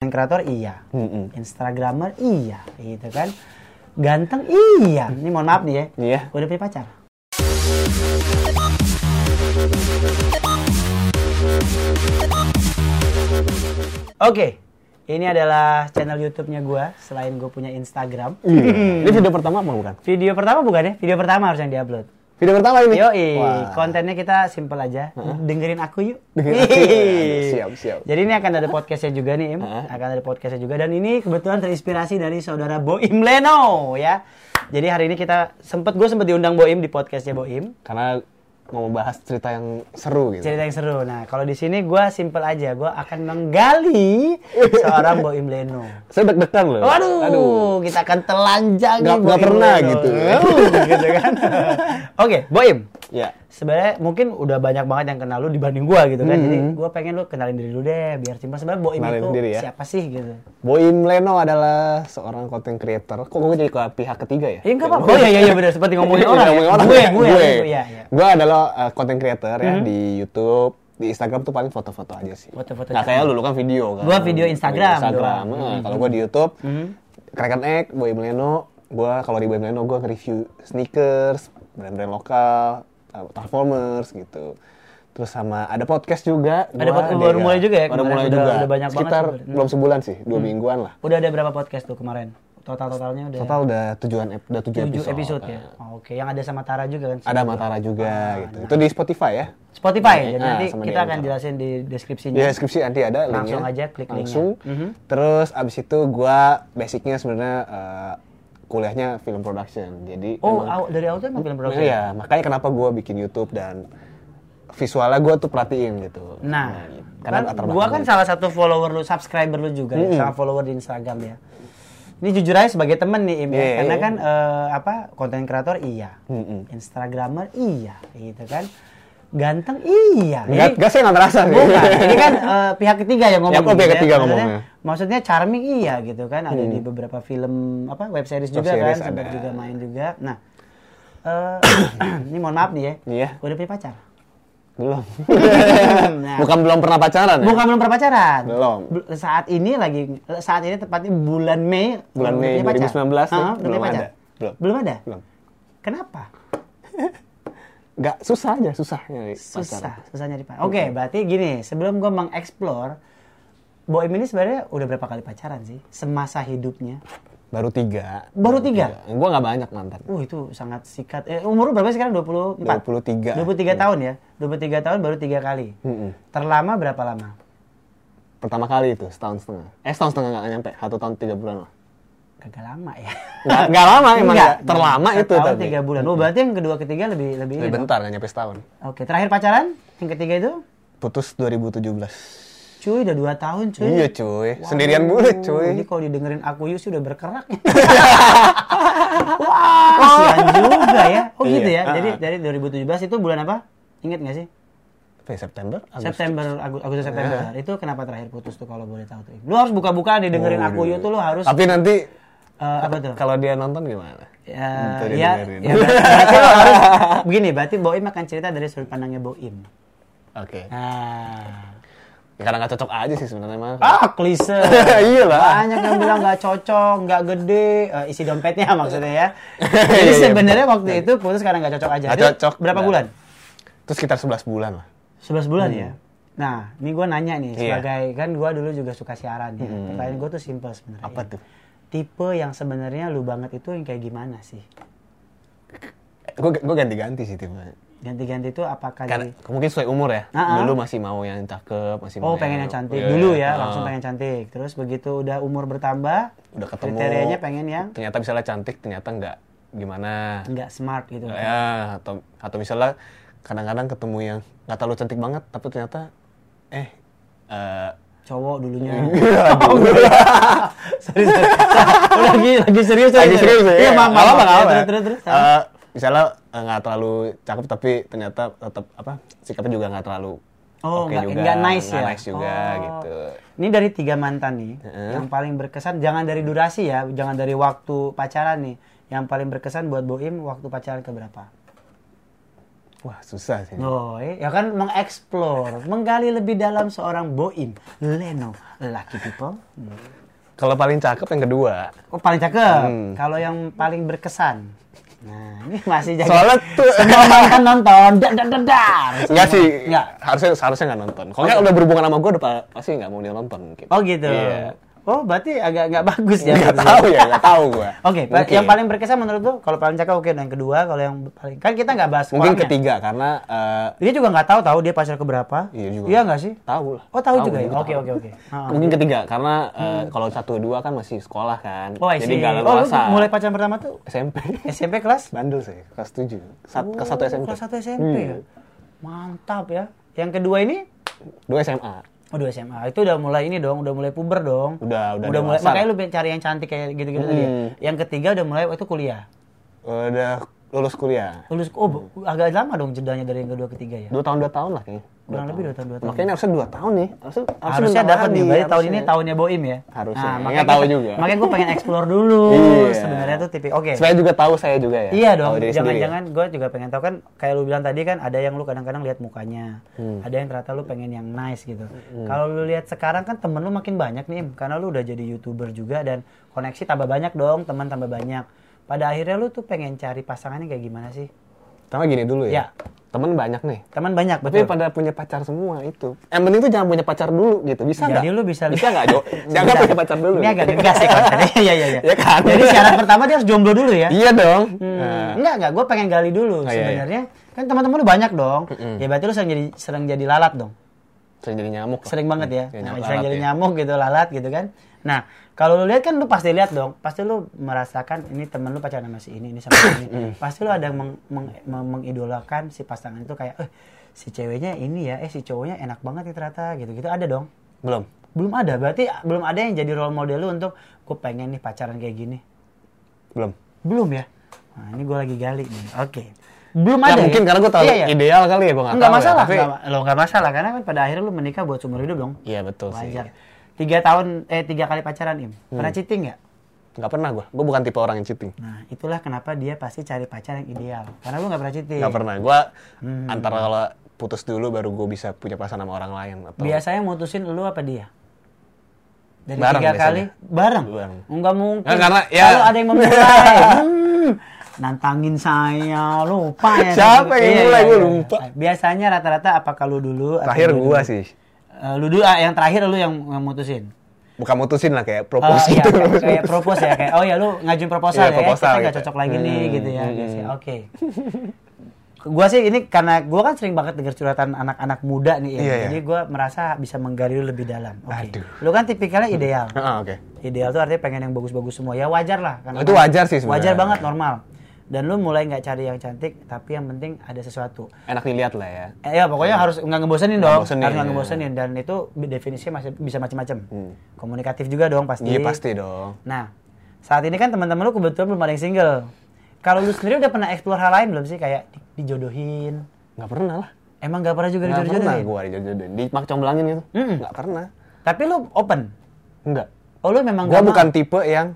kreator iya, Instagramer iya, gitu kan. Ganteng iya. Ini mohon maaf nih ya. Iya. Udah punya pacar? Oke. Ini adalah channel YouTube-nya gue, selain gue punya Instagram. Ini video pertama apa bukan? Video pertama bukan ya? Video pertama harus yang diupload. Video pertama ini? Yoi, kontennya kita simple aja. Dengerin aku yuk. Siap. Jadi ini akan ada podcastnya juga nih, Im. Akan ada podcastnya juga. Dan ini kebetulan terinspirasi dari saudara Boim Leno, ya. Jadi hari ini gue sempet diundang Boim di podcastnya Boim. Karena mau bahas cerita yang seru gitu. Cerita yang seru. Nah, kalau di sini gue simple aja. Gue akan menggali seorang Boim Leno. Saya deg-degan loh. Waduh, kita akan telanjang nih. Gak pernah Leno. Gitu. Gitu kan. Oke, Boim. Ya. Sebenarnya mungkin udah banyak banget yang kenal lu dibanding gua gitu kan. Jadi gua pengen lu kenalin diri lu deh biar simpel. Sebenarnya Boim itu ya? Siapa sih gitu. Boim Leno adalah seorang content creator. Kok gue jadi ke pihak ketiga ya? Iya enggak apa-apa. Oh iya benar, seperti ngomongin orang. Gue. Gue adalah content creator ya di YouTube. Di Instagram tuh paling foto-foto aja sih. Foto-foto. Nah, kayak lu kan video kan. Gua video Instagram. Kalau gua di YouTube Kraken Egg, Boim Leno. Gua kalau di Boim Leno gua nge-review sneakers, brand-brand lokal, Transformers gitu. Terus sama ada podcast juga. Ada podcast baru mulai juga ya? Baru mulai juga. Udah banyak sekitar banget. Belum sebulan sih, 2 mingguan lah. Udah ada berapa podcast tuh kemarin? Totalnya udah. Total udah 7 episode ya. Oke, yang ada sama Tara juga kan? Ada sama Tara juga gitu. Itu di Spotify ya. Spotify. Jadi nanti kita akan jelasin di deskripsinya. Di deskripsi nanti ada linknya. Langsung aja klik linknya. Langsung. Terus abis itu gua basicnya sebenarnya kuliahnya film production. Jadi dari awal tuh emang film production. Iya, makanya kenapa gua bikin YouTube dan visualnya gua tuh perhatiin gitu. Nah karena gua kan salah satu follower lu, subscriber lu juga ya, sama follower di Instagram ya. Ini jujur aja sebagai temen nih Im ya, karena kan konten kreator iya, Instagramer iya, gitu kan. Ganteng iya. Enggak saya nggak merasa sih. Bukan, ini kan pihak ketiga yang ngomong. Ya, pihak ketiga ngomongnya. Maksudnya charming iya gitu kan, ada di beberapa film web series juga kan, sempat juga main juga. Nah, ini mohon maaf nih ya. Iya. Udah punya pacar? Belum. Bukan belum pernah pacaran ya? Bukan belum pernah pacaran. Belum. Saat ini tepatnya bulan Mei 2019 belum ada. Belum ada? Belum. Kenapa? Nggak, susah nyari pacaran. Susah nyari pacaran. Oke, berarti gini, sebelum gue mengeksplor, Boim ini sebenarnya udah berapa kali pacaran sih semasa hidupnya? Baru 3. Baru 3? Gue nggak banyak mantan. Itu sangat sikat. Umur berapa sekarang? 24? 23. 23 tahun ya? 23 tahun baru 3 kali. Terlama berapa lama? Pertama kali itu, setahun setengah. Setahun setengah nggak nyampe, 1 tahun 3 bulan lah. Kagak lama ya? Nggak lama emang, terlama itu tapi. 3 bulan. Berarti yang kedua ketiga lebih bentar, nggak nyampe setahun. Oke, terakhir pacaran? Yang ketiga itu? Putus 2017. Cuy, udah 2 tahun cuy. Iya cuy, sendirian mulu cuy. Jadi kalau didengerin aku sih udah berkerak. Wah, kasihan juga ya. Gitu ya. Jadi dari 2017 itu bulan apa? Ingat nggak sih? September? Agustus September. Itu kenapa terakhir putus tuh kalau boleh tahu tuh? Lu harus buka-buka didengerin aku tuh lu harus. Tapi nanti apa tuh? Kalau dia nonton gimana? Berarti lo harus begini, berarti Boim akan cerita dari sudut pandangnya Boim. Oke. Karena nggak cocok aja sih sebenarnya mah. Klise. Iyalah. Banyak yang bilang nggak cocok, nggak gede, isi dompetnya maksudnya ya. Jadi sebenarnya waktu itu putus karena nggak cocok aja. Nggak cocok. Berapa bulan? Itu sekitar 11 bulan lah. 11 bulan ya? Nah, ini gue nanya nih, sebagai, kan gue dulu juga suka siaran ya. Pertanyaan gue tuh simple sebenarnya. Apa tuh? Tipe yang sebenarnya lu banget itu yang kayak gimana sih? Gue ganti-ganti sih tipe. Ganti-ganti itu apakah mungkin sesuai umur ya. Dulu masih mau yang cakep, masih mau pengen yang cantik dulu ya, langsung pengen cantik. Terus begitu udah umur bertambah, udah ketemu, kriterianya pengen yang ternyata misalnya cantik, ternyata nggak gimana, nggak smart gitu ya, atau misalnya kadang-kadang ketemu yang nggak terlalu cantik banget tapi ternyata cowok dulunya. Lagi serius ya. Iya, apa. Terus. Misalnya nggak terlalu cakep tapi ternyata tetap sikapnya juga nggak terlalu nggak nice ya. Nice juga gitu. Ini dari 3 mantan nih, yang paling berkesan, jangan dari durasi ya, jangan dari waktu pacaran nih. Yang paling berkesan buat Boim waktu pacaran keberapa? Wah, susah sih. Oh, ya kan mengeksplor, menggali lebih dalam seorang Boim, Leno, Lucky People. Kalau paling cakep yang kedua. Oh, paling cakep. Kalau yang paling berkesan. Nah, ini masih jadi. Soalnya tuh semua mantan nonton. Dar. Enggak sih. Enggak. Harusnya nggak nonton. Kalau nggak udah berhubungan sama gue udah pasti nggak mau dia nonton mungkin. Oh gitu. Iya. Oh, berarti agak nggak bagus ya. Nggak tahu gue. Oke, yang paling berkesan menurut lu kalau paling cakep oke, yang kedua kalau yang paling kan kita nggak bahas mungkin orangnya. ketiga karena Dia juga nggak tahu dia pacar keberapa. Iya juga. Iya nggak sih? Tahu lah. Oh, tahu juga ya. Oke. Mungkin ketiga karena kalau 1-2 kan masih sekolah kan. Oh, jadi nggak lu leluasa. mulai pacaran pertama tuh SMP. SMP kelas? Bandel sih, kelas 7. Kelas 1 SMP. Kelas 1 SMP ya. Mantap ya. Yang kedua ini 2 SMA. Oh, 2 SMA. Itu udah mulai ini dong, udah mulai puber dong. Udah mulai. dewasa. Makanya lu cari yang cantik kayak gitu-gitu tadi ya. Yang ketiga udah mulai waktu kuliah. Udah lulus kuliah. Agak lama dong jedanya dari yang kedua ketiga ya. 2 tahun lah kayaknya. Kurang lebih 2 tahun. Makanya harusnya 2 tahun nih. Harusnya dapat nih. Berarti tahun ini tahunnya Boim ya. Harusnya. Makanya tahu juga. Makanya gue pengen explore dulu. Iya. Sebenarnya tuh tipik. Oke. Supaya juga tahu saya juga ya. Iya dong. Tahu diri Jangan-jangan gue juga pengen tahu kan kayak lu bilang tadi kan ada yang lu kadang-kadang lihat mukanya. Ada yang ternyata lu pengen yang nice gitu. Kalau lu lihat sekarang kan temen lu makin banyak nih, karena lu udah jadi YouTuber juga dan koneksi tambah banyak dong, teman tambah banyak. Pada akhirnya lu tuh pengen cari pasangannya kayak gimana sih? Pertama gini dulu ya. Ya. Temen banyak nih. Teman banyak, Tapi betul. pada punya pacar semua itu. Yang penting tuh jangan punya pacar dulu gitu. Bisa nggak? Jadi lu bisa nggak, Jo? Jangan punya pacar dulu. Ini agak ngegas ya konsepnya. Iya. Ya kan? Jadi syarat pertama dia harus jomblo dulu ya? Iya dong. Enggak. Gue pengen gali dulu. Iya. Sebenarnya kan teman-teman lu banyak dong. Ya berarti lu sering jadi lalat dong. Sering jadi nyamuk. Sering banget ya. Sering jadi ya. nyamuk gitu, lalat gitu kan. Nah, kalau lu lihat kan lu pasti lihat dong. Pasti lu merasakan ini temen lu pacaran sama si ini sama si ini. Pasti lu ada mengidolakan si pasangan itu kayak si ceweknya ini ya, si cowoknya enak banget nih ternyata gitu-gitu ada dong. Belum ada. Berarti belum ada yang jadi role model lu untuk gue pengen nih pacaran kayak gini. Belum ya. Nah, ini gue lagi gali nih. Oke. Belum ada. Mungkin karena gue tahu ideal kali ya, gue nggak tahu. Enggak masalah. Ya, tapi... Nggak masalah karena kan pada akhirnya lu menikah buat seumur hidup dong. Iya betul sih. Wajar. 3 kali pacaran, Im. Pernah cheating nggak? Nggak pernah gue. Gue bukan tipe orang yang cheating. Nah, itulah kenapa dia pasti cari pacar yang ideal. Karena lu nggak pernah cheating. Nggak pernah. Gue antara kalau putus dulu baru gue bisa punya pasangan sama orang lain. Atau... Biasanya mutusin lu apa dia? Dari bareng 3 kali? Bareng? Enggak mungkin. Nah, karena ya... Kalau ada yang memulai. Nantangin saya, lupa ya. Siapa yang mulai? Gue lupa. Biasanya rata-rata apa kalau dulu? Terakhir gue sih. Lu dulu, yang terakhir lu yang mutusin? Bukan mutusin lah, kayak propose gitu. Iya, kayak propose ya, kayak oh ya lu ngajuin proposal ya, proposal kita nggak gitu. cocok lagi nih gitu ya. Biasanya, oke. Gua sih ini karena gua kan sering banget dengar curhatan anak-anak muda nih ya. Jadi gua merasa bisa menggali lu lebih dalam. Oke. Lu kan tipikalnya ideal. Oke. Ideal tuh artinya pengen yang bagus-bagus semua. Ya wajar lah. Karena itu wajar sih sebenarnya. Wajar banget, normal. Dan lu mulai nggak cari yang cantik, tapi yang penting ada sesuatu. Enak dilihat lah ya. Ya pokoknya harus nggak ngebosenin dong. Ngebosenin, harus nggak ngebosenin. Dan itu definisinya masih bisa macam-macam. Komunikatif juga dong pasti. Iya pasti dong. Nah, saat ini kan teman-teman lu kebetulan belum ada yang single. Kalau lu sendiri udah pernah explore hal lain belum sih? Kayak dijodohin? Nggak pernah lah. Emang nggak pernah juga dijodohin? Nggak pernah gue dijodohin. Dimakcomblangin gitu. Nggak pernah. Tapi lu open? Enggak. Oh, lu memang gue bukan tipe yang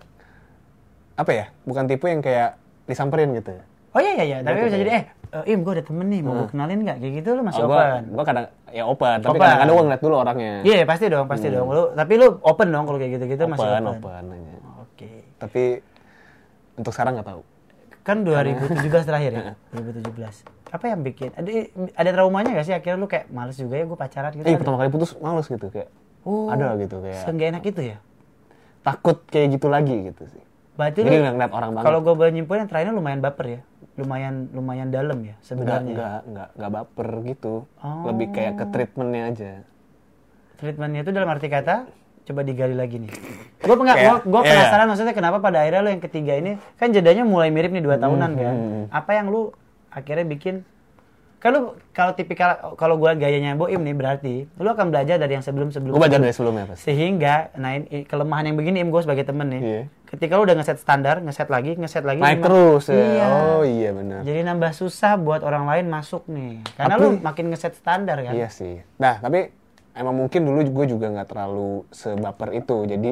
apa ya? Bukan tipe yang kayak disamperin gitu. Oh iya. Tapi bisa jadi Im, gue ada temen nih, mau gue kenalin nggak? Kayak gitu lu masih open? Gue kadang ya open, tapi kadang-kadang gue ngeliat dulu orangnya. Iya, pasti dong. Tapi lu open dong kalau kayak gitu-gitu masih open. Open aja. Oke. Tapi untuk sekarang nggak tahu. Kan 2017 terakhir ya? 2017. Apa yang bikin? Ada traumanya nggak sih? Akhirnya lu kayak males juga ya gue pacaran gitu. Pertama kali putus males gitu kayak. Ada gitu kayak. Nggak enak itu ya? Takut kayak gitu lagi gitu sih. Berarti jadi ngeliat orang banget. Kalau gue nyimpulin yang terakhirnya lumayan baper ya, lumayan dalam ya sebenarnya. Nggak baper gitu. Lebih kayak ke treatmentnya aja. Treatmentnya itu dalam arti kata, coba digali lagi nih. Gue penasaran maksudnya kenapa pada akhirnya lo yang ketiga ini kan jedanya mulai mirip nih 2 tahunan kan. Apa yang lu akhirnya bikin? Kan lu kalau tipikal kalau gue gayanya Boim nih berarti lu akan belajar dari yang sebelum-sebelumnya. Gue belajar dari sebelumnya pasti. Sehingga kelemahan yang begini gue sebagai temen nih. Ketika lu udah ngeset standar, ngeset lagi naik terus ya. Iya. Oh iya benar. Jadi nambah susah buat orang lain masuk nih. Karena lu makin ngeset standar kan. Iya sih. Nah, tapi emang mungkin dulu gue juga nggak terlalu sebaper itu. Jadi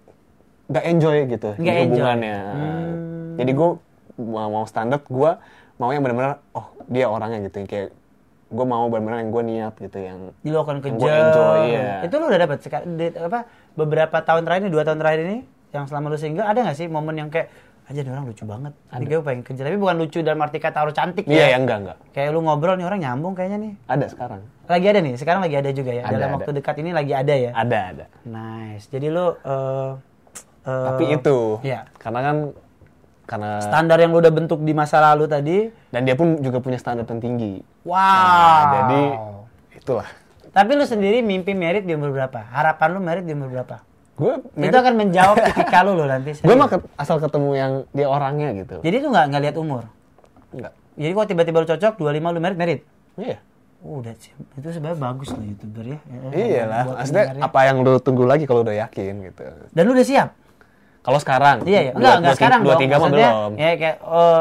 nggak enjoy gitu hubungannya. Jadi gue mau standar gue mau yang benar-benar oh dia orangnya gitu, kayak gue mau benar-benar yang gue niat gitu, yang lo akan yang kejar. gue enjoy ya. Itu lo udah dapat beberapa tahun terakhir ini, 2 tahun terakhir ini yang selama lo single, ada nggak sih momen yang kayak aja nih orang lucu banget, ini gue pengen kejar, tapi bukan lucu dalam arti kata harus cantik Iya, ya. enggak. Kayak lu ngobrol nih orang nyambung kayaknya nih. Ada sekarang. Lagi ada nih, sekarang lagi ada juga ya. Ada, Dalam waktu dekat ini lagi ada ya. Ada. Nice. Jadi lu Tapi itu, iya. karena Standar yang lu udah bentuk di masa lalu tadi. dan dia pun juga punya standar yang tinggi. Wow. Nah, jadi itulah. Tapi lu sendiri mimpi merit di umur berapa? Harapan lu merit di umur berapa? Gue Itu akan menjawab ketika lu loh nanti. gue mah asal ketemu yang dia orangnya gitu. Jadi lu nggak lihat umur. Enggak. Jadi kalau tiba-tiba lu cocok 25 lu merit. Iya. Udah sih. Itu sebenarnya bagus loh YouTuber ya. Iyalah. Buat Maksudnya pendengarnya. apa yang lu tunggu lagi kalau udah yakin gitu. Dan lu udah siap? Kalau sekarang. Iya. Enggak sekarang dong. 23 mah Maksudnya, belum. ya kayak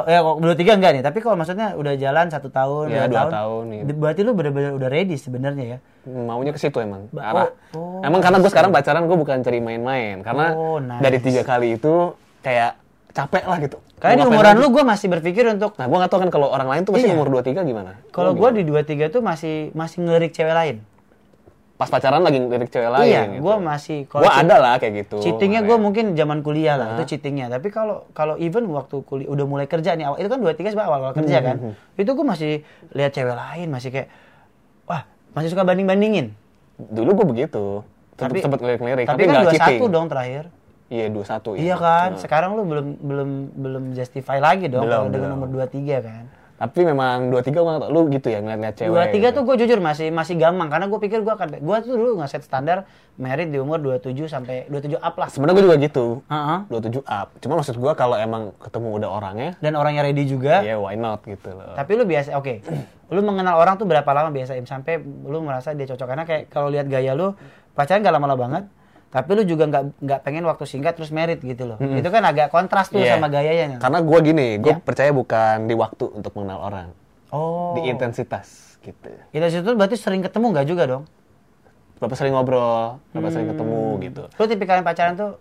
23 enggak nih, tapi kalau maksudnya udah jalan 1 tahun, Iya, 2 2 tahun, iya. Berarti lu benar-benar udah ready sebenarnya ya. Maunya ke situ emang. Oh, Emang karena gue sekarang pacaran gue bukan cari main-main. Karena nice. dari 3 kali itu kayak capek lah gitu. Karena di Mau umuran ngapain lu gue masih berpikir untuk Nah, gue gak tau kan kalau orang lain tuh pasti Iya. umur 23 gimana? kalau Lu gue gimana? di 23 tuh masih ngelirik cewek lain. Pas pacaran lagi lirik cewek lain Iya, gitu. gue masih Gue ada lah kayak gitu. cheatingnya gue kemarin. mungkin zaman kuliah lah, itu cheatingnya. Tapi kalau even waktu kuliah udah mulai kerja nih, itu kan 23 sebenarnya awal kerja kan. Itu gue masih lihat cewek lain, masih kayak wah, masih suka banding-bandingin. Dulu gue begitu. Tapi Sempet ngelirik-ngelirik. Tapi kan nggak 21 cheating. dong terakhir. Iya, 21 Iya kan? Sekarang lu belum justify lagi dong Belum, kalau dengan belum. umur 23 kan. Tapi memang 23 gue gak tau. Lu gitu ya ngeliat-ngeliat cewek. 23 gitu. tuh gue jujur masih gampang karena gue pikir gue tuh dulu nge-set standar merit di umur 27 sampai 27 up lah. Sebenarnya gue juga gitu. Heeh. 27 up. Cuma maksud gue kalau emang ketemu udah orangnya, Dan orangnya ready juga. ya why not gitu loh. Tapi lu biasa oke. Lu mengenal orang tuh berapa lama biasa Im sampai lu merasa dia cocok, karena kayak kalau lihat gaya lu pacaran gak lama-lama banget. Tapi lu juga nggak pengen waktu singkat terus merit gitu loh. Itu kan agak kontras tuh Iya. sama gayanya. Karena gue gini, gue Ya. percaya bukan di waktu untuk mengenal orang, Oh. di intensitas gitu. Kita situ berarti sering ketemu nggak juga dong? Berapa sering ngobrol, berapa sering ketemu gitu. Lu tipikal yang pacaran tuh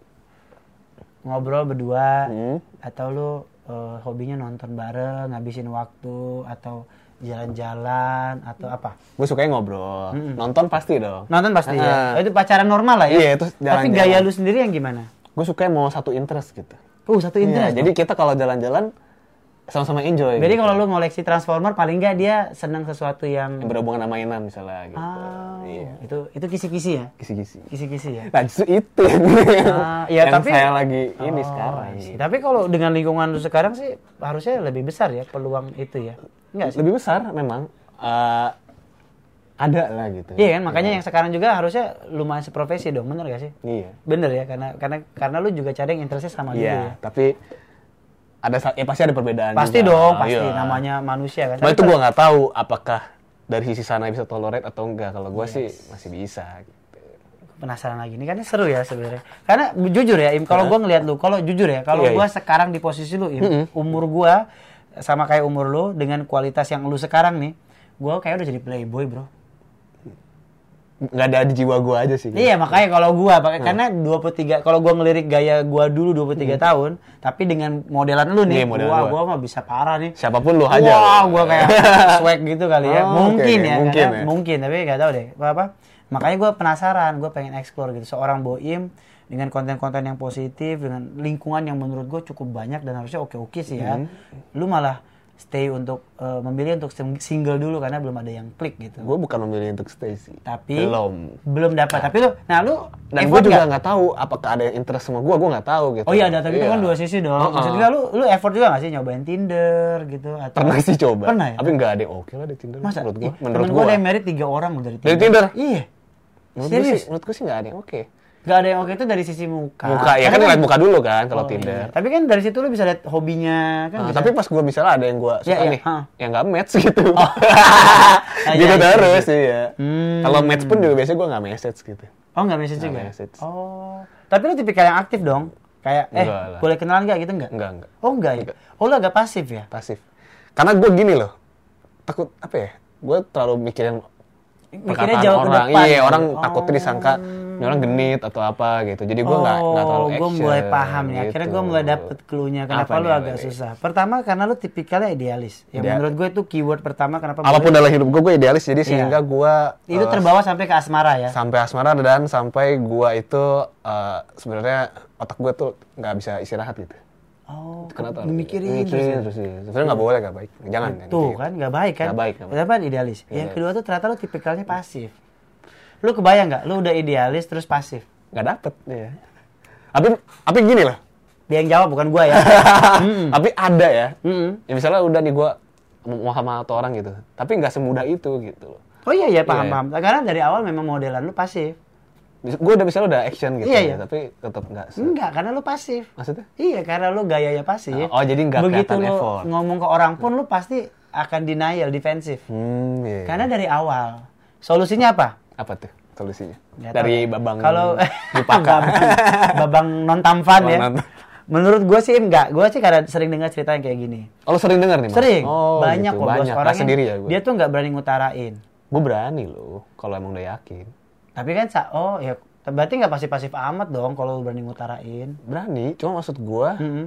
ngobrol berdua atau lu hobinya nonton bareng, ngabisin waktu atau jalan-jalan atau apa? Gue sukanya ngobrol, nonton pasti dong. Nonton pasti ya. Ah. Itu pacaran normal lah ya. Iya, itu Tapi jalan-jalan. gaya lu sendiri yang gimana? Gue sukanya mau satu interest gitu. Satu Iya, interest. jadi kita kalau jalan-jalan sama-sama enjoy. Jadi gitu. kalau lu ngoleksi Transformer paling nggak dia senang sesuatu yang Yang berhubungan sama mainan misalnya gitu. Iya. itu kisi-kisi ya. Kisi-kisi. Kisi-kisi ya. Nah justru itu yang, Iya, yang tapi saya lagi ini Oh, sekarang. I see. Gitu. Tapi kalau dengan lingkungan lu sekarang sih harusnya lebih besar ya peluang itu ya. Enggak sih? Lebih besar memang. Ada lah gitu. Iya kan, makanya yang sekarang juga harusnya lumayan seprofesi dong, bener gak sih? Iya. Bener ya, karena lu juga cari yang interestnya sama dulu ya. Iya, tapi pasti ada perbedaan Pasti juga. dong, pasti Iya. namanya manusia kan. Cuma Tapi itu gua nggak tahu apakah dari sisi sana bisa tolerate atau enggak. Kalau gua sih masih bisa gitu. penasaran lagi, ini kan seru ya sebenarnya. Karena jujur ya, Im, kalau gua ngeliat lu, kalau jujur ya, kalau Iya, gua sekarang di posisi lu, Im, umur gua sama kayak umur lu dengan kualitas yang lu sekarang nih, gua kayak udah jadi playboy, bro. Nggak ada di jiwa gua aja sih. Iya, makanya kalau gua karena 23 kalau gua ngelirik gaya gua dulu 23 tahun, tapi dengan modelan lu nih, Iya, modelan gua mah bisa parah nih. Siapapun lu hajar. Wah, gua kayak swag gitu kali ya. Oh, Mungkin oke, ya, mungkin karena ya. mungkin, tapi nggak tahu deh. Apa? Makanya gua penasaran, gua pengen explore gitu. Seorang Boim dengan konten-konten yang positif, dengan lingkungan yang menurut gua cukup banyak dan harusnya oke-oke sih ya. Lu malah stay untuk memilih untuk single dulu karena belum ada yang klik gitu. Gua bukan memilih untuk stay sih. Tapi belum dapat. Tapi lu Dan effort gue juga nggak? nggak tahu apakah ada yang interest sama gue nggak tahu gitu. Oh iya, ada, tapi itu kan dua sisi dong. Uh-uh. Maksudnya lu effort juga nggak sih nyobain Tinder gitu atau Pernah sih coba. Pernah ya? Tapi nggak ada yang oke lah di Tinder. Masa? Menurut gue. Ih, Menurut temen gue. gua ada yang married 3 orang loh dari Tinder. Dari Tinder? Iya. Menurut Serius? gue sih nggak ada yang oke. Gak ada yang oke itu dari sisi muka. Muka ya Karena kan ngeliat muka dulu kan kalau Oh, Tinder. iya. Tapi kan dari situ lu bisa lihat hobinya kan. Nah, bisa. tapi pas gue misalnya ada yang gue suka Iya, nih, ha. yang nggak match gitu. Ah, Gitu iya, terus sih ya. Hmm. Kalau match pun juga biasanya gue nggak message gitu. Oh, nggak message juga. Nggak message. Oh. Tapi lu tipikal yang aktif dong. Kayak Enggak lah. boleh kenalan gak gitu enggak? Enggak. Oh, enggak ya. Oh, lu agak pasif ya? Pasif. Karena gue gini loh, takut apa ya? Gue terlalu mikirin Mikirnya perkataan jauh ke orang. depan. Iya, orang Oh. takutnya disangka Ini orang genit atau apa gitu. Jadi gue nggak terlalu action. Gue mulai paham nih. Gitu. Akhirnya gue mulai dapet clue-nya kenapa lu agak susah. Pertama karena lu tipikalnya idealis. Yang menurut gue itu keyword pertama kenapa. Apapun dalam hidup gue idealis. Jadi sehingga gue itu terbawa sampai ke asmara ya. Sampai asmara dan sampai gue itu sebenarnya otak gue tuh nggak bisa istirahat gitu. Oh, kenapa? Mikirin terus ya. Sebenarnya nggak boleh, nggak baik. Jangan. Tuh kan, nggak baik kan? Nggak baik. Kenapa idealis? Yang kedua tuh ternyata lu tipikalnya pasif. Lu kebayang nggak? Lu udah idealis terus pasif? Nggak dapet ya. Tapi gini lah. Dia yang jawab bukan gua ya. Tapi ada ya. Ya misalnya udah nih gua mau sama atau orang gitu. Tapi nggak semudah itu gitu loh. Oh iya paham. Karena dari awal memang modelan lu pasif. Gue udah misalnya udah action gitu iya. tapi tetap nggak. Enggak, karena lu pasif. Maksudnya? Iya, karena lu gayanya pasif. Oh jadi nggak kelihatan effort. Begitu lu ngomong ke orang pun lu pasti akan denial, defensif. Iya. Karena dari awal. Solusinya apa? Apa tuh solusinya? Nggak dari tahu. babang kalau Jepaka. babang non tampan ya. Menurut gue sih enggak. Gue sih karena sering dengar cerita yang kayak gini. Oh, sering dengar nih, Mas? Sering. Oh, banyak gitu. kok Banyak. orang sendiri ya gue. Dia tuh nggak berani ngutarain. Gue berani loh kalau emang udah yakin. Tapi kan ya berarti nggak pasif-pasif amat dong kalau berani ngutarain. Berani, cuma maksud gue.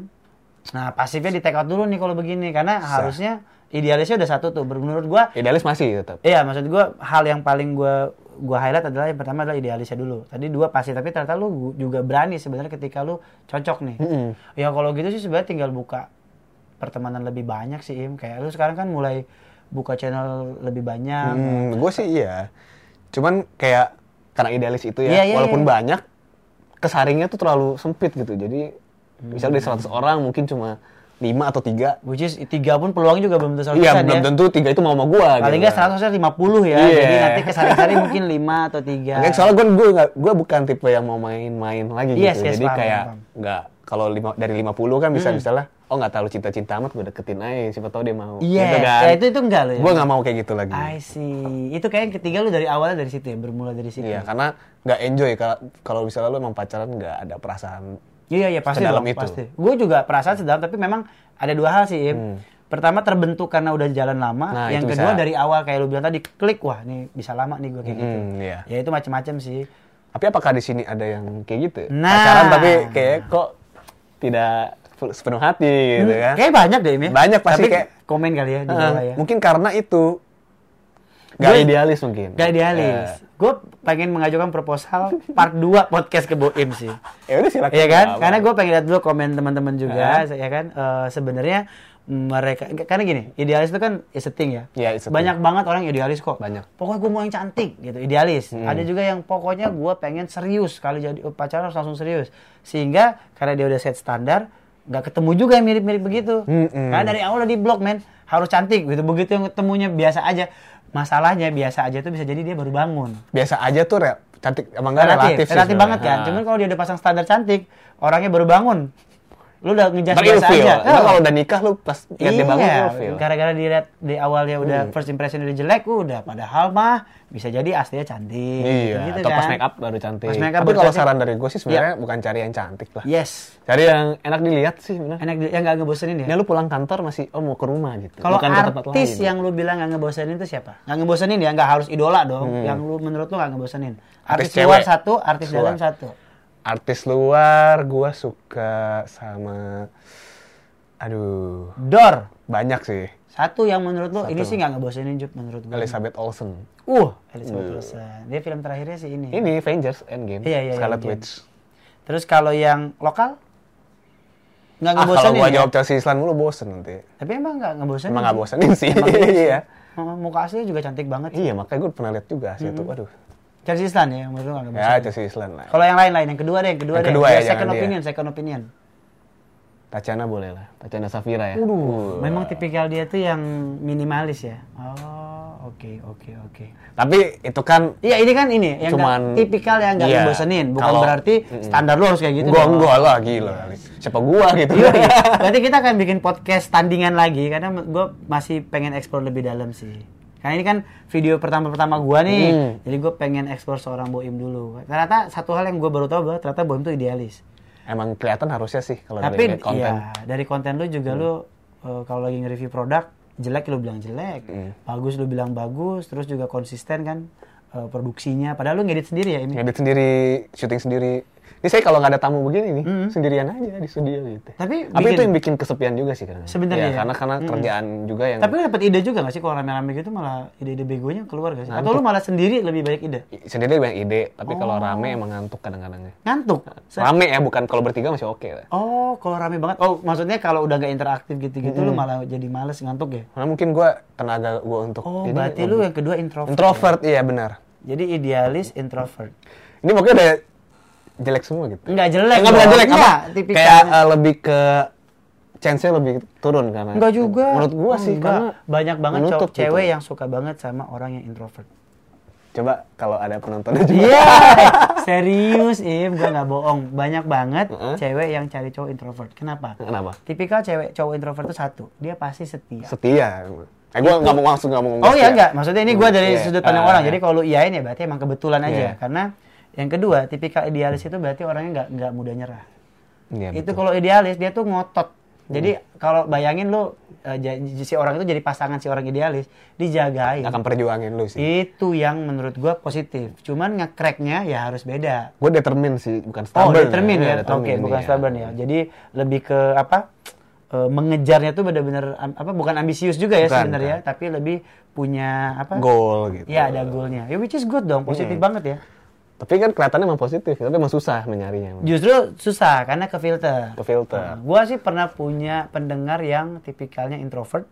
Nah, pasifnya di take out dulu nih kalau begini. Karena harusnya idealisnya udah satu tuh. Menurut gue. Idealis masih tetap. Iya, maksud gue hal yang paling gue highlight adalah yang pertama adalah idealisnya dulu. Tadi 2 pasif, tapi ternyata lu juga berani sebenarnya ketika lu cocok nih. Ya kalau gitu sih sebenarnya tinggal buka pertemanan lebih banyak sih, Im. Kayak lu sekarang kan mulai buka channel lebih banyak. Gue sih iya. Cuman kayak karena idealis itu ya, walaupun banyak, kesaringnya tuh terlalu sempit gitu. Jadi misalnya dari 100 orang mungkin cuma 5 atau 3. Which is 3 pun peluangnya juga belum tentu 100% Iya, belum tentu 3 itu mau sama gua. Paling nggak 100-nya 50 ya. Jadi nanti kesaring-saring mungkin 5 atau 3. Oke, soalnya gue bukan tipe yang mau main-main lagi gitu. Jadi paham, kayak paham. nggak, kalau dari 50 kan bisa misalnya, nggak terlalu cinta-cinta amat, gue deketin aja, siapa tahu dia mau. Iya, gitu kan. ya itu enggak loh ya. Gue nggak mau kayak gitu lagi. I see. Itu kayak yang ketiga lu dari awalnya dari situ ya, bermula dari situ. Iya, karena nggak enjoy kalau misalnya lu emang pacaran nggak ada perasaan. Iya pasti sedalam dong, itu. pasti. Gue juga perasaan sedalam, tapi memang ada 2 hal sih, Im. Pertama terbentuk karena udah jalan lama, Nah, yang itu kedua bisa. dari awal kayak lu bilang tadi klik, wah nih bisa lama nih gue kayak gitu. Iya. Ya itu macam-macam sih. Tapi apakah di sini ada yang kayak gitu? Nah. Pacaran tapi kayak kok tidak sepenuh hati gitu kan? Kayak banyak deh, Im ya. Banyak pasti tapi kayak komen kali ya di bawah ya. Mungkin karena itu gak idealis mungkin. Gak idealis. Gue pengen mengajukan proposal part 2 podcast ke Boim sih. Ya udah silakan. Iya kan? Karena gue pengen lihat dulu komen teman-teman juga, ya kan? Sebenarnya mereka, karena gini, idealis itu kan is a thing ya. Iya, is a thing. Banyak banget orang idealis kok. Banyak. Pokoknya gue mau yang cantik gitu, idealis. Ada juga yang pokoknya gue pengen serius, kalau jadi pacaran harus langsung serius. Sehingga karena dia udah set standar, nggak ketemu juga yang mirip-mirip begitu. Karena dari awal udah di blok, men. Harus cantik gitu. Begitu yang ketemunya biasa aja. Masalahnya biasa aja tuh bisa jadi dia baru bangun. Biasa aja tuh cantik emang nggak relatif sih. Relatif banget kan. Cuman kalau dia udah pasang standar cantik, orangnya baru bangun. Lu udah ngejas biasa aja. Kalau udah nikah lu pas lihat dia bangun ilfeel. Gara-gara dilihat di awalnya udah first impression udah jelek, udah padahal mah bisa jadi aslinya cantik. Iya, gitu atau kan. pas make up baru cantik. Pas make up Tapi baru kalau cantik. saran dari gue sih sebenarnya bukan cari yang cantik lah. Yes. Cari yang enak dilihat sih benar. Enak yang nggak ngebosenin ya. Ini lu pulang kantor masih mau ke rumah gitu. Kalau bukan ke tempat artis lain. yang lu bilang nggak ngebosenin itu siapa? Nggak ngebosenin ya, nggak harus idola dong. Yang lu menurut lu nggak ngebosenin. Artis luar cewek. satu, artis dalam satu. Artis luar gua suka sama Dor. banyak sih. Satu yang menurut lu ini sih nggak ngebosenin Jup menurut gue. Elizabeth Olsen. Elizabeth Olsen. Dia film terakhirnya sih ini. Ini Avengers Endgame. Iya, Scarlet Endgame. Witch. Terus kalau yang lokal nggak Kalau ngebosenin gua ya? jawab Chelsea Islan mulu bosen nanti. Tapi emang nggak ngebosenin. Emang nggak bosenin sih. Emang Iya. Muka aslinya juga cantik banget sih. Iya, makanya gue pernah lihat juga sih itu. Waduh. Chelsea Islan ya, menurut lu nggak Ya, ngebosenin. Chelsea Islan lah. Kalau yang lain-lain, yang kedua deh. Yang kedua ya, second jangan dia. second opinion. Tatiana boleh lah. Tatiana Safira ya. Memang tipikal dia tuh yang minimalis ya. Oke. Tapi itu kan Iya, ini kan ini yang Cuman- tipikal yang nggak iya. ngebosenin. Bukan Kalau- berarti standar lu harus kayak gitu. enggak lah, gila kali. Siapa gua gitu. Iya. Berarti kita akan bikin podcast tandingan lagi karena gue masih pengen explore lebih dalam sih. Karena ini kan video pertama gua nih. Jadi gue pengen explore seorang Boim dulu. Ternyata satu hal yang gue baru tahu bahwa ternyata Boim tuh idealis. Emang kelihatan harusnya sih kalau Tapi dari konten. iya, dari konten lu juga lu kalau lagi nge-review produk jelek lu bilang jelek, bagus lu bilang bagus, terus juga konsisten kan produksinya. Padahal lu ngedit sendiri ya ini. Ngedit sendiri, syuting sendiri. Ini saya kalau nggak ada tamu begini nih, sendirian aja di studio gitu. Tapi itu yang bikin kesepian juga sih kadang. Sebenarnya ya. Karena kerjaan juga yang. Tapi lu dapat ide juga nggak sih kalau rame-rame gitu malah ide-ide begonya keluar nggak sih? Atau lu malah sendiri lebih banyak ide? Sendiri banyak ide, tapi kalau rame emang ngantuk kadang-kadang. Ngantuk? Rame ya, bukan kalau bertiga masih oke lah. Oh, kalau rame banget. Oh, maksudnya kalau udah nggak interaktif gitu-gitu lu malah jadi males ngantuk ya? Karena mungkin tenaga gue untuk. Oh, berarti lu yang kedua introvert. Introvert, iya benar. Jadi idealis, introvert. Ini makanya udah jelek semua gitu. Enggak jelek. Enggak jelek, enggak, kayak lebih ke chance-nya lebih turun karena. Enggak juga. Menurut gua sih karena banyak banget menutup cewek gitu. yang suka banget sama orang yang introvert. Coba kalau ada penontonnya juga. Iya, serius Im, gua nggak bohong. Banyak banget cewek yang cari cowok introvert. Kenapa? Tipikal cewek cowok introvert itu satu, dia pasti setia. Setia. Gua nggak mau ngomong. Oh iya enggak, maksudnya ini gua dari sudut pandang orang. Jadi kalau lu iyain ya berarti emang kebetulan aja. Karena yang kedua, tipikal idealis itu berarti orangnya nggak mudah nyerah. Ya, itu kalau idealis dia tuh ngotot. Jadi kalau bayangin lu si orang itu jadi pasangan si orang idealis, dijagain. Akan perjuangin lu sih. Itu yang menurut gua positif. Cuman nge-cracknya ya harus beda. Gua determin sih, bukan stubborn. Oh, determin ya. Oke, bukan stubborn ya. Jadi lebih ke mengejarnya tuh benar-benar bukan ambisius juga ya sebenarnya, tapi lebih punya goal gitu. Ya, ada goalnya. Ya which is good dong, positif banget ya. Tapi kan kelihatannya emang positif, tapi emang susah menyarinya. Justru susah karena ke filter. Gua sih pernah punya pendengar yang tipikalnya introvert.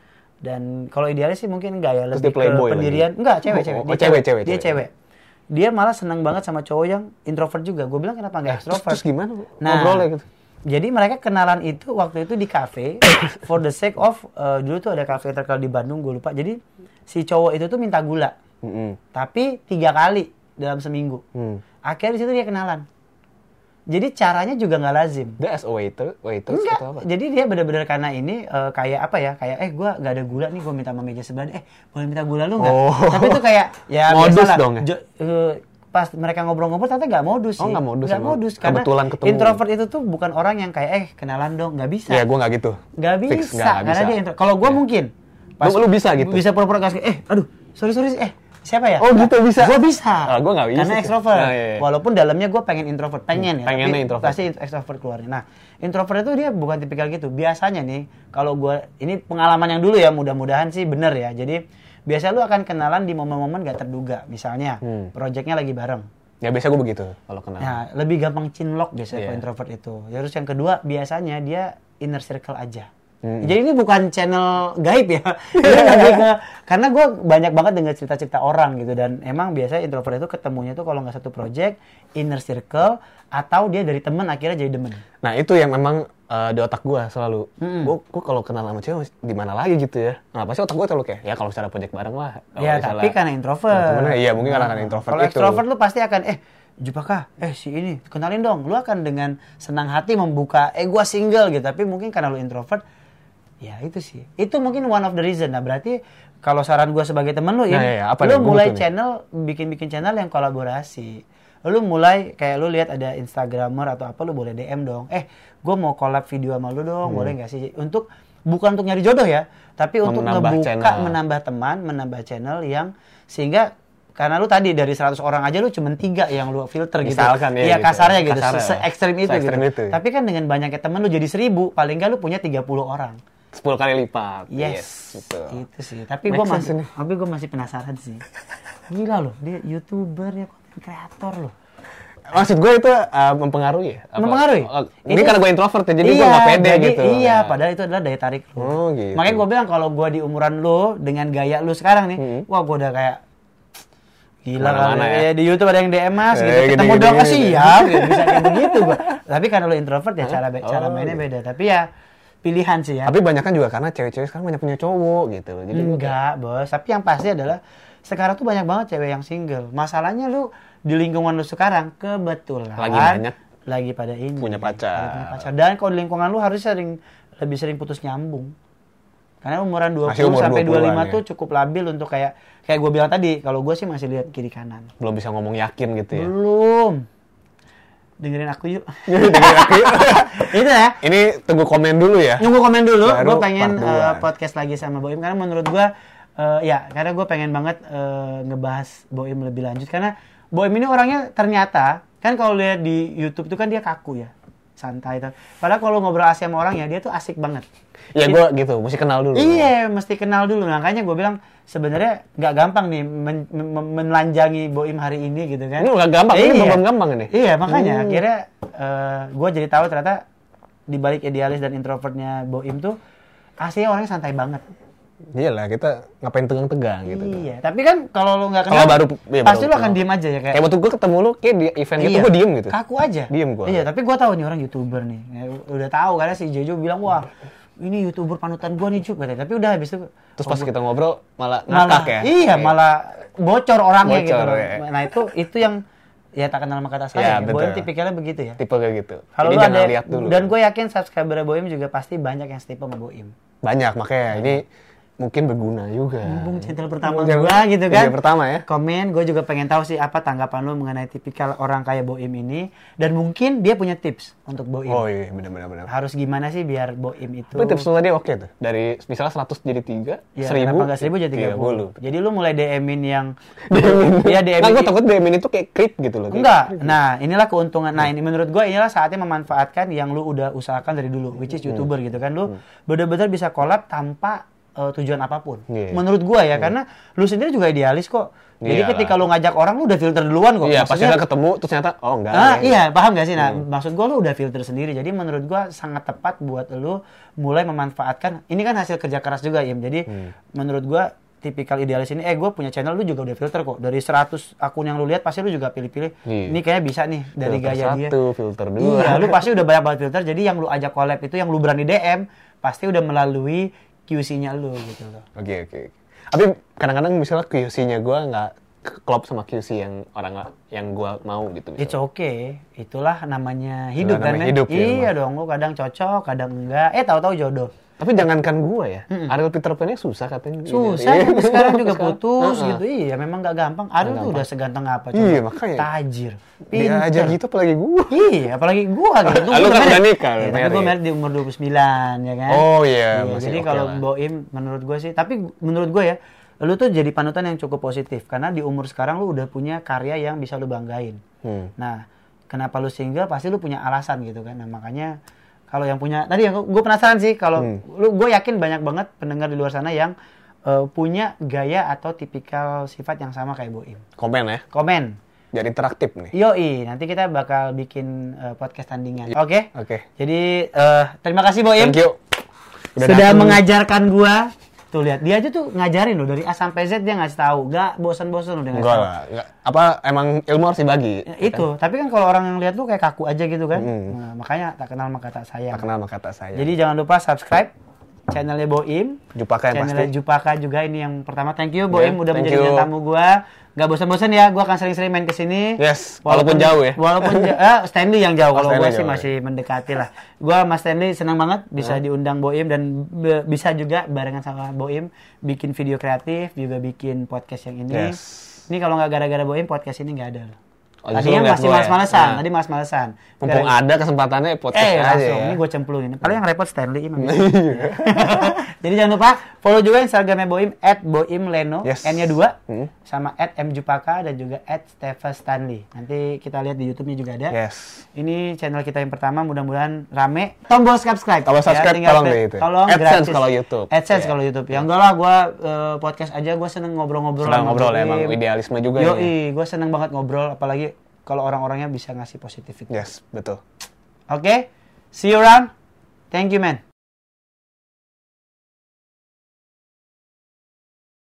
Dan kalau idealis sih mungkin enggak ya, lebih ke pendirian. Lagi. Enggak, cewek. Dia cewek. Dia malah senang banget sama cowok yang introvert juga. Gue bilang kenapa enggak extrovert? Terus gimana ngobrolnya gitu? Jadi mereka kenalan itu waktu itu di kafe for the sake of dulu tuh ada kafe terkenal di Bandung, gue lupa. Jadi si cowok itu tuh minta gula. Tapi 3 kali dalam seminggu. Akhirnya di situ dia kenalan. Jadi caranya juga nggak lazim. Dia as a waiter enggak. Atau apa? Jadi dia benar-benar karena ini kayak apa ya? Kayak gue nggak ada gula nih, gue minta sama meja sebelah. Boleh minta gula lu nggak? Tapi itu kayak ya modus dong ya. Pas mereka ngobrol-ngobrol ternyata nggak modus sih. Nggak modus. Nggak modus karena kebetulan ketemu. Introvert itu tuh bukan orang yang kayak kenalan dong, nggak bisa. Iya, gue nggak gitu. Nggak bisa. Karena dia introvert. Kalau gue mungkin. Lu bisa gitu. Bisa pura-pura kasih. Aduh, sorry. Siapa ya? Oh gitu bisa. Gue bisa. Gue nggak bisa. Karena extrovert. Walaupun dalamnya gue pengen introvert, pengennya introvert. Pasti extrovert keluarnya. Nah, introvert itu dia bukan tipikal gitu. Biasanya nih, kalau gue ini pengalaman yang dulu ya, mudah-mudahan sih bener ya. Jadi biasa lu akan kenalan di momen-momen gak terduga. Misalnya, projectnya lagi bareng. Ya biasa gue begitu kalau kenalan. Nah, lebih gampang cinlok biasanya kalau introvert itu. Terus yang kedua, biasanya dia inner circle aja. Jadi ini bukan channel gaib ya. Karena gue banyak banget dengar cerita-cerita orang gitu. Dan emang biasanya introvert itu ketemunya tuh kalau nggak satu project, inner circle, atau dia dari temen akhirnya jadi demen. Nah itu yang memang di otak gue selalu. Gue kalau kenal sama cewek di mana lagi gitu ya. Nah pasti otak gue selalu kayak, ya kalau secara project bareng lah. Ya tapi karena introvert. Iya mungkin karena introvert kalau itu. Kalau extrovert lu pasti akan, Jupaka, si ini, kenalin dong. Lu akan dengan senang hati membuka, gue single gitu. Tapi mungkin karena lu introvert, ya itu sih. Itu mungkin one of the reason. Nah berarti kalau saran gue sebagai temen lu lu mulai channel, bikin channel yang kolaborasi. Lu mulai kayak lu lihat ada Instagramer atau apa, lu boleh DM dong. Gue mau collab video sama lu dong, boleh nggak sih? Bukan untuk nyari jodoh ya, tapi untuk ngebuka, menambah teman, menambah channel yang sehingga karena lu tadi dari 100 orang aja lu cuma 3 yang lu filter gitu. Misalkan ya gitu. Kasarnya gitu, se-ekstrim itu gitu. Itu. Tapi kan dengan banyaknya temen lu jadi 1000, paling nggak lu punya 30 orang. 10 kali lipat. Yes. Gitu. Itu sih. Tapi gue masih penasaran sih. Gila loh, dia YouTuber ya, konten kreator loh. Maksud gue itu mempengaruhi ya? Mempengaruhi? Ini karena gue introvert ya, jadi gue gak pede gitu. Iya, padahal itu adalah daya tarik lu. Oh gitu. Makanya gue bilang kalau gue di umuran lu, dengan gaya lu sekarang nih, wah gue udah kayak gila kali ya. Di YouTube ada yang DM mas, gitu. Ketemu dong, siap, bisa kayak begitu gue. Tapi karena lu introvert ya cara mainnya beda. Tapi ya pilihan sih ya. Tapi banyak kan juga karena cewek-cewek sekarang banyak punya cowok gitu. Jadi enggak bos, tapi yang pasti adalah sekarang tuh banyak banget cewek yang single. Masalahnya lu di lingkungan lu sekarang kebetulan lagi pada ini punya pacar. Dan kalau di lingkungan lu harus lebih sering putus nyambung. Karena umuran 20 sampai 25 tuh cukup labil untuk kayak gue bilang tadi, kalau gue sih masih lihat kiri kanan. Belum bisa ngomong yakin gitu ya. Belum. Dengerin aku yuk. Itu ya. Ini tunggu komen dulu ya. Nunggu komen dulu. Gue pengen podcast lagi sama Boim karena menurut gue Ya, karena gue pengen banget ngebahas Boim lebih lanjut. Karena Boim ini orangnya ternyata, kan kalau lihat di YouTube tuh kan dia kaku ya. Santai tuh. Padahal kalau ngobrol asli sama orang ya, dia tuh asik banget. Ya gue gitu, mesti kenal dulu. Iya, mesti kenal dulu. Makanya gue bilang, sebenarnya nggak gampang nih menelanjangi Boim hari ini gitu kan. Ini nggak gampang, ini belum gampang ini. Iya, makanya akhirnya gue jadi tahu ternyata di balik idealis dan introvertnya Boim tuh aslinya orangnya santai banget. Iyalah, kita ngapain tegang-tegang gitu. Iya, tapi kan kalau lu nggak kenal, pasti lu akan diem aja ya kayak. Waktu gue ketemu lu kayak di event gitu, gue diem gitu. Kaku aja. Diem gue. Iya, tapi gue tahu nih orang YouTuber nih. Udah tahu karena si Jojo bilang, wah ini YouTuber panutan gue nih Cuk. Tapi udah habis itu. Terus pas kita ngobrol malah ngakak ya. Iya, malah bocor orangnya gitu. Ya. Nah itu yang ya tak kenal sama kata saya. Ya, Boim tipikalnya begitu ya. Tipe kayak gitu. Kalau lu ada lihat dulu. Dan gue yakin subscriber Boim juga pasti banyak yang setipe sama Boim. Banyak, makanya ini mungkin berguna juga. Mumpung channel pertama gua gitu kan. Pertama ya. Komen, gue juga pengen tahu sih apa tanggapan lu mengenai tipikal orang kayak Boim ini, dan mungkin dia punya tips untuk Boim. Oh iya, benar. Harus gimana sih biar Boim itu? Tapi tips lu tadi oke tuh. Dari misalnya 100 jadi 3, ya, 1000. Kenapa nggak 1000 jadi 30? Jadi lu mulai DM-in yang ya DM. Nah, gue takut DM-in itu kayak creep gitu loh. Enggak. Nah, inilah keuntungan. Nah, ini menurut gue inilah saatnya memanfaatkan yang lu udah usahakan dari dulu, which is YouTuber gitu kan. Lu benar-benar bisa collab tanpa tujuan apapun. Menurut gua ya, karena lu sendiri juga idealis kok. Jadi ketika lu ngajak orang, lu udah filter duluan kok. Iya, pasti udah ketemu terus ternyata enggak. Iya, paham gak sih? Nah, maksud gua lu udah filter sendiri. Jadi menurut gua sangat tepat buat lu mulai memanfaatkan. Ini kan hasil kerja keras juga, Im. Jadi menurut gua tipikal idealis ini, gua punya channel, lu juga udah filter kok. Dari 100 akun yang lu lihat pasti lu juga pilih-pilih. Ini kayaknya bisa nih dari filter gaya dia. Filter 2. Iya, lu pasti udah banyak banget filter. Jadi yang lu ajak collab itu, yang lu berani DM, pasti udah melalui QC-nya lu gitu loh. Oke. Tapi kadang-kadang misalnya QC-nya gue nggak klop sama QC yang orang yang gue mau gitu. It's okay. Itulah namanya hidup kan. Hidup, iya dong, lu kadang cocok, kadang enggak. Tahu-tahu jodoh. Tapi jangankan gue ya, Ariel Peter Pan-nya susah katanya. Susah, sekarang juga putus gitu. Iya, memang nggak gampang. Ariel tuh udah seganteng apa coba. Iya, makanya. Tajir. Dia aja gitu apalagi gue. Iya, apalagi gue gitu. Lu kan udah nikah. Ya, tapi gue married di umur 29, ya kan? Oh iya, jadi kalau Boim, menurut gue sih, tapi menurut gue ya, lu tuh jadi panutan yang cukup positif. Karena di umur sekarang lu udah punya karya yang bisa lu banggain. Nah, kenapa lu single, pasti lu punya alasan gitu kan. Nah, makanya kalau yang punya, tadi yang gue penasaran sih, kalau gue yakin banyak banget pendengar di luar sana yang punya gaya atau tipikal sifat yang sama kayak Boim. Komen ya? Komen. Biar interaktif nih. Yoi, nanti kita bakal bikin podcast tandingan. Oke? Oke. Jadi, terima kasih Boim. Thank you. Sudah mengajarkan gue. Tuh lihat, dia aja tuh ngajarin loh dari A sampai Z, dia ngasih tahu. Gak bosan-bosan udah ngasih tahu. Enggak. Apa emang ilmu harus dibagi? Itu, tapi kan kalau orang yang lihat tuh kayak kaku aja gitu kan. Nah, makanya tak kenal maka tak sayang. Tak kenal maka tak sayang. Jadi jangan lupa subscribe channelnya Boim. Jupaka yang channelnya pasti. Jupaka juga, ini yang pertama. Thank you Boim udah menjadi tamu gua. Gak bosan-bosan ya, gua akan sering-sering main kesini. Yes, walaupun jauh ya. Walaupun Stanley yang jauh, kalau gua sih masih mendekati lah. Gua Mas Stanley senang banget bisa diundang Boim dan bisa juga barengan sama Boim bikin video kreatif, juga bikin podcast yang ini. Ini kalau nggak gara-gara Boim, podcast ini nggak ada loh. Tadinya masih malas-malesan, tadi malas-malesan. Mumpung ada kesempatannya podcast aja langsung. ya. Ini gue cemplungin. Paling yang repot Stanley. Jadi jangan lupa follow juga Instagramnya Boim @boimleno, N-nya 2, sama @mjupaka dan juga @stefastanley. Nanti kita lihat di YouTube-nya juga ada. Ini channel kita yang pertama, mudah-mudahan rame. Tombol subscribe. Kalau subscribe ya, tolong deh itu. Tolong AdSense kalau YouTube. AdSense kalau YouTube. Ya enggak lah, gue podcast aja, gue seneng ngobrol-ngobrol. Seneng ngobrol emang idealisme juga. Yoi, gue seneng banget ngobrol, apalagi kalau orang-orangnya bisa ngasih positivity. Yes, betul. Oke, see you around. Thank you, man.